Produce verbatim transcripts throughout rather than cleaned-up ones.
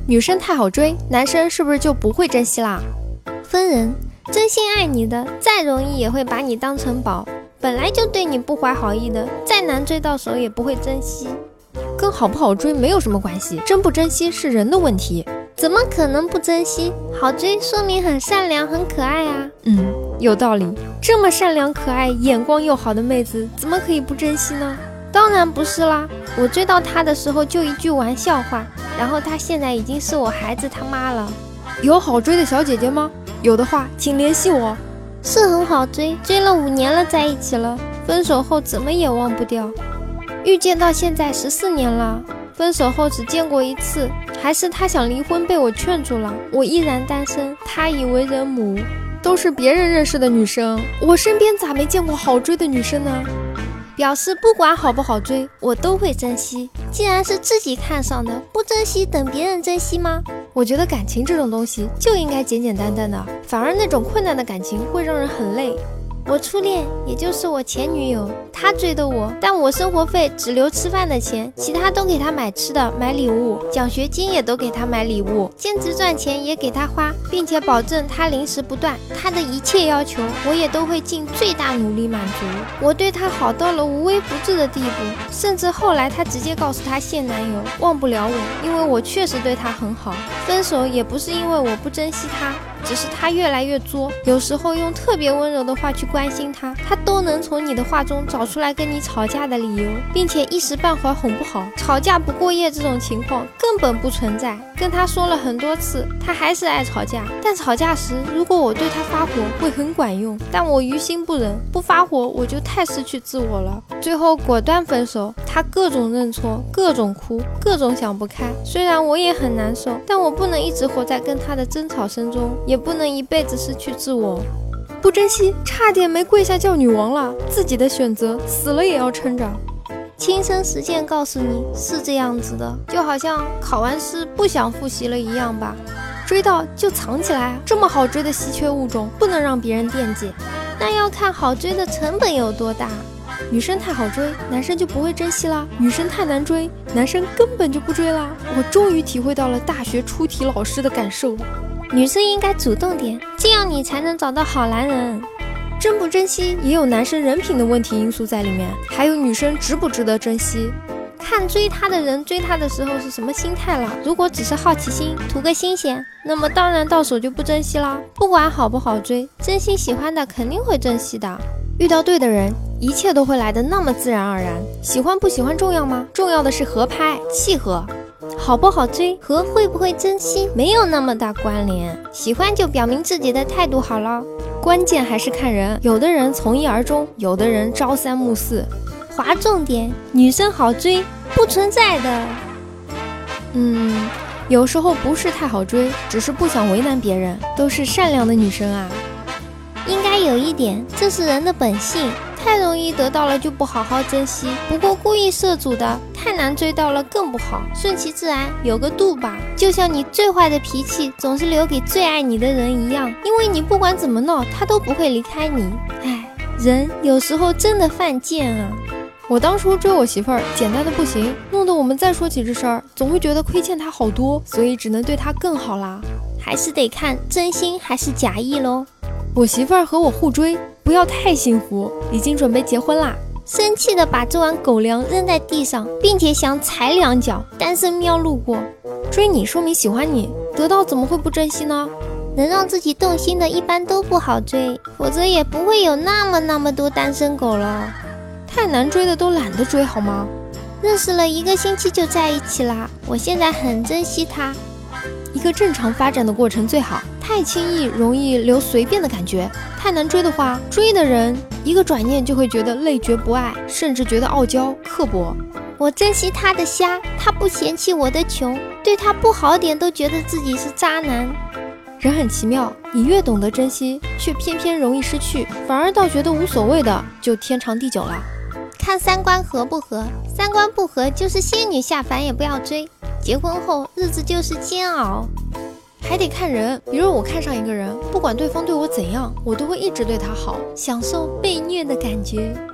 女生太好追，男生是不是就不会珍惜啦？ 分人，真心爱你的，再容易也会把你当成宝；本来就对你不怀好意的，再难追到手也不会珍惜。 跟好不好追没有什么关系，珍不珍惜是人的问题。 怎么可能不珍惜？好追说明很善良很可爱啊。 嗯，有道理。这么善良可爱眼光又好的妹子怎么可以不珍惜呢？ 当然不是啦，我追到她的时候就一句玩笑话，然后她现在已经是我孩子他妈了。 有好追的小姐姐吗？有的话请联系我。 是很好追，追了五年了，在一起了，分手后怎么也忘不掉。遇见到现在十四年了，分手后只见过一次，还是他想离婚被我劝住了，我依然单身，他已为人母。 都是别人认识的女生，我身边咋没见过好追的女生呢？ 表示不管好不好追，我都会珍惜。既然是自己看上的，不珍惜等别人珍惜吗？ 我觉得感情这种东西就应该简简单单的，反而那种困难的感情会让人很累。 我初恋也就是我前女友，她追的我，但我生活费只留吃饭的钱，其他都给她买吃的买礼物，奖学金也都给她买礼物，兼职赚钱也给她花，并且保证她零食不断，她的一切要求我也都会尽最大努力满足。我对她好到了无微不至的地步，甚至后来她直接告诉她现男友忘不了我，因为我确实对她很好。分手也不是因为我不珍惜她，只是他越来越作，有时候用特别温柔的话去关心他，他都能从你的话中找出来跟你吵架的理由，并且一时半会儿哄不好，吵架不过夜这种情况根本不存在。跟他说了很多次，他还是爱吵架，但吵架时如果我对他发火会很管用，但我于心不忍，不发火我就太失去自我了。最后果断分手，他各种认错，各种哭，各种想不开。虽然我也很难受，但我不能一直活在跟他的争吵声中，也不能一辈子失去自我。 不珍惜，差点没跪下叫女王了。自己的选择，死了也要撑着。 亲身实践告诉你是这样子的，就好像考完试不想复习了一样吧。 追到就藏起来，这么好追的稀缺物种，不能让别人惦记。 那要看好追的成本有多大。 女生太好追，男生就不会珍惜啦；女生太难追，男生根本就不追啦。我终于体会到了大学出题老师的感受。 女生应该主动点，这样你才能找到好男人。 珍不珍惜也有男生人品的问题因素在里面，还有女生值不值得珍惜。 看追他的人追他的时候是什么心态了。如果只是好奇心，图个新鲜，那么当然到手就不珍惜啦。不管好不好追，真心喜欢的肯定会珍惜的。 遇到对的人，一切都会来得那么自然而然。喜欢不喜欢重要吗？重要的是合拍契合。 好不好追和会不会珍惜没有那么大关联，喜欢就表明自己的态度好了。 关键还是看人，有的人从一而终，有的人朝三暮四。 划重点，女生好追不存在的。 嗯，有时候不是太好追，只是不想为难别人，都是善良的女生啊。 应该有一点，这是人的本性，太容易得到了就不好好珍惜，不过故意涉足的太难追到了更不好，顺其自然，有个度吧。就像你最坏的脾气总是留给最爱你的人一样，因为你不管怎么闹他都不会离开你。唉，人有时候真的犯贱啊。 我当初追我媳妇儿简单的不行，弄得我们再说起这事儿总会觉得亏欠她好多，所以只能对她更好啦。 还是得看真心还是假意咯。 我媳妇儿和我互追，不要太幸福，已经准备结婚啦。 生气的把这碗狗粮扔在地上，并且想踩两脚。单身喵路过， 追你说明喜欢你，得到怎么会不珍惜呢？ 能让自己动心的一般都不好追，否则也不会有那么那么多单身狗了。 太难追的都懒得追好吗？ 认识了一个星期就在一起啦，我现在很珍惜他。 一个正常发展的过程最好，太轻易容易留随便的感觉，太难追的话，追的人一个转念就会觉得累觉不爱，甚至觉得傲娇刻薄。 我珍惜他的瞎，他不嫌弃我的穷，对他不好点都觉得自己是渣男。 人很奇妙，你越懂得珍惜，却偏偏容易失去，反而倒觉得无所谓的就天长地久了。 看三观合不合，三观不合就是仙女下凡也不要追，结婚后日子就是煎熬。 还得看人，比如我看上一个人，不管对方对我怎样，我都会一直对他好，享受被虐的感觉。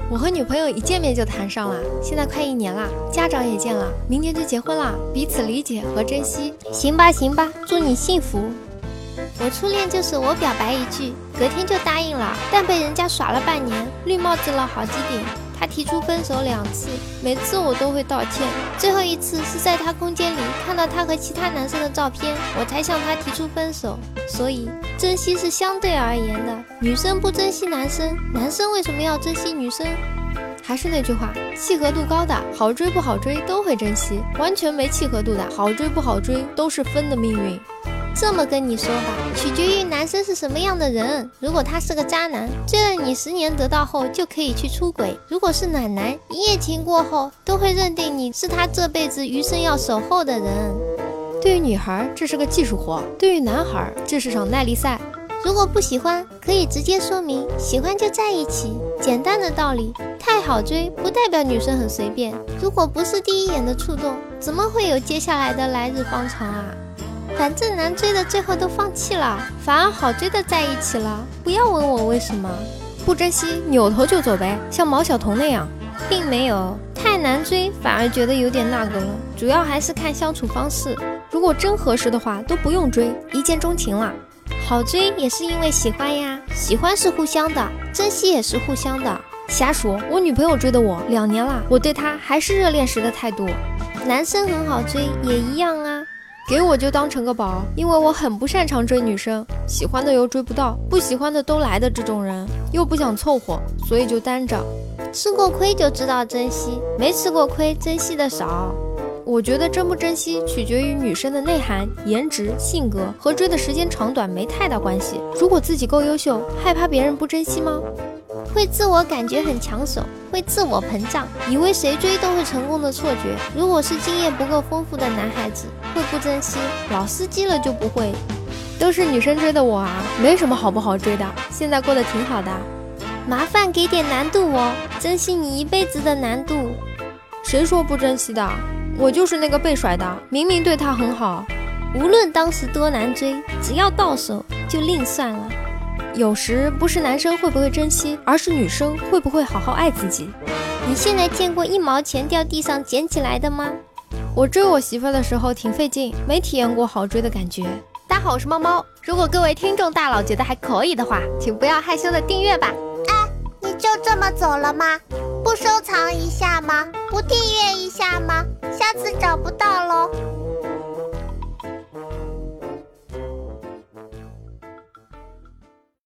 我和女朋友一见面就谈上了，现在快一年了，家长也见了，明年就结婚了，彼此理解和珍惜。 行吧行吧，祝你幸福。我初恋就是我表白一句，隔天就答应了，但被人家耍了半年，绿帽子了好几顶。他提出分手两次，每次我都会道歉。最后一次是在他空间里看到他和其他男生的照片，我才向他提出分手。所以珍惜是相对而言的，女生不珍惜男生，男生为什么要珍惜女生？ 还是那句话，契合度高的好追不好追都会珍惜，完全没契合度的好追不好追都是分的命运。 这么跟你说吧，取决于男生是什么样的人。如果他是个渣男，追了你十年得到后就可以去出轨；如果是暖男，一夜情过后都会认定你是他这辈子余生要守候的人。 对于女孩，这是个技术活；对于男孩，这是场耐力赛。 如果不喜欢，可以直接说明，喜欢就在一起，简单的道理。太好追不代表女生很随便，如果不是第一眼的触动，怎么会有接下来的来日方长啊？反正难追的最后都放弃了，反而好追的在一起了。不要问我为什么， 不珍惜扭头就走呗，像毛晓彤那样。 并没有，太难追反而觉得有点那个了，主要还是看相处方式。 如果真合适的话，都不用追，一见钟情了。 好追也是因为喜欢呀，喜欢是互相的，珍惜也是互相的。 瞎说，我女朋友追的我两年了，我对她还是热恋时的态度。 男生很好追也一样啊。 给我就当成个宝，因为我很不擅长追女生，喜欢的又追不到，不喜欢的都来的这种人，又不想凑合，所以就单着。 吃过亏就知道珍惜，没吃过亏珍惜的少。 我觉得珍不珍惜取决于女生的内涵、颜值、性格，和追的时间长短没太大关系。如果自己够优秀，害怕别人不珍惜吗？ 会自我感觉很抢手，会自我膨胀，以为谁追都会成功的错觉。如果是经验不够丰富的男孩子，会不珍惜，老司机了就不会。 都是女生追的我啊，没什么好不好追的，现在过得挺好的。 麻烦给点难度哦，珍惜你一辈子的难度。 谁说不珍惜的？我就是那个被甩的，明明对他很好。 无论当时多难追，只要到手就另算了。 有时不是男生会不会珍惜，而是女生会不会好好爱自己。 你现在见过一毛钱掉地上捡起来的吗？ 我追我媳妇的时候挺费劲，没体验过好追的感觉。大家好，我是猫猫。如果各位听众大佬觉得还可以的话，请不要害羞的订阅吧。 哎，你就这么走了吗？不收藏一下吗？不订阅一下吗？下次找不到咯。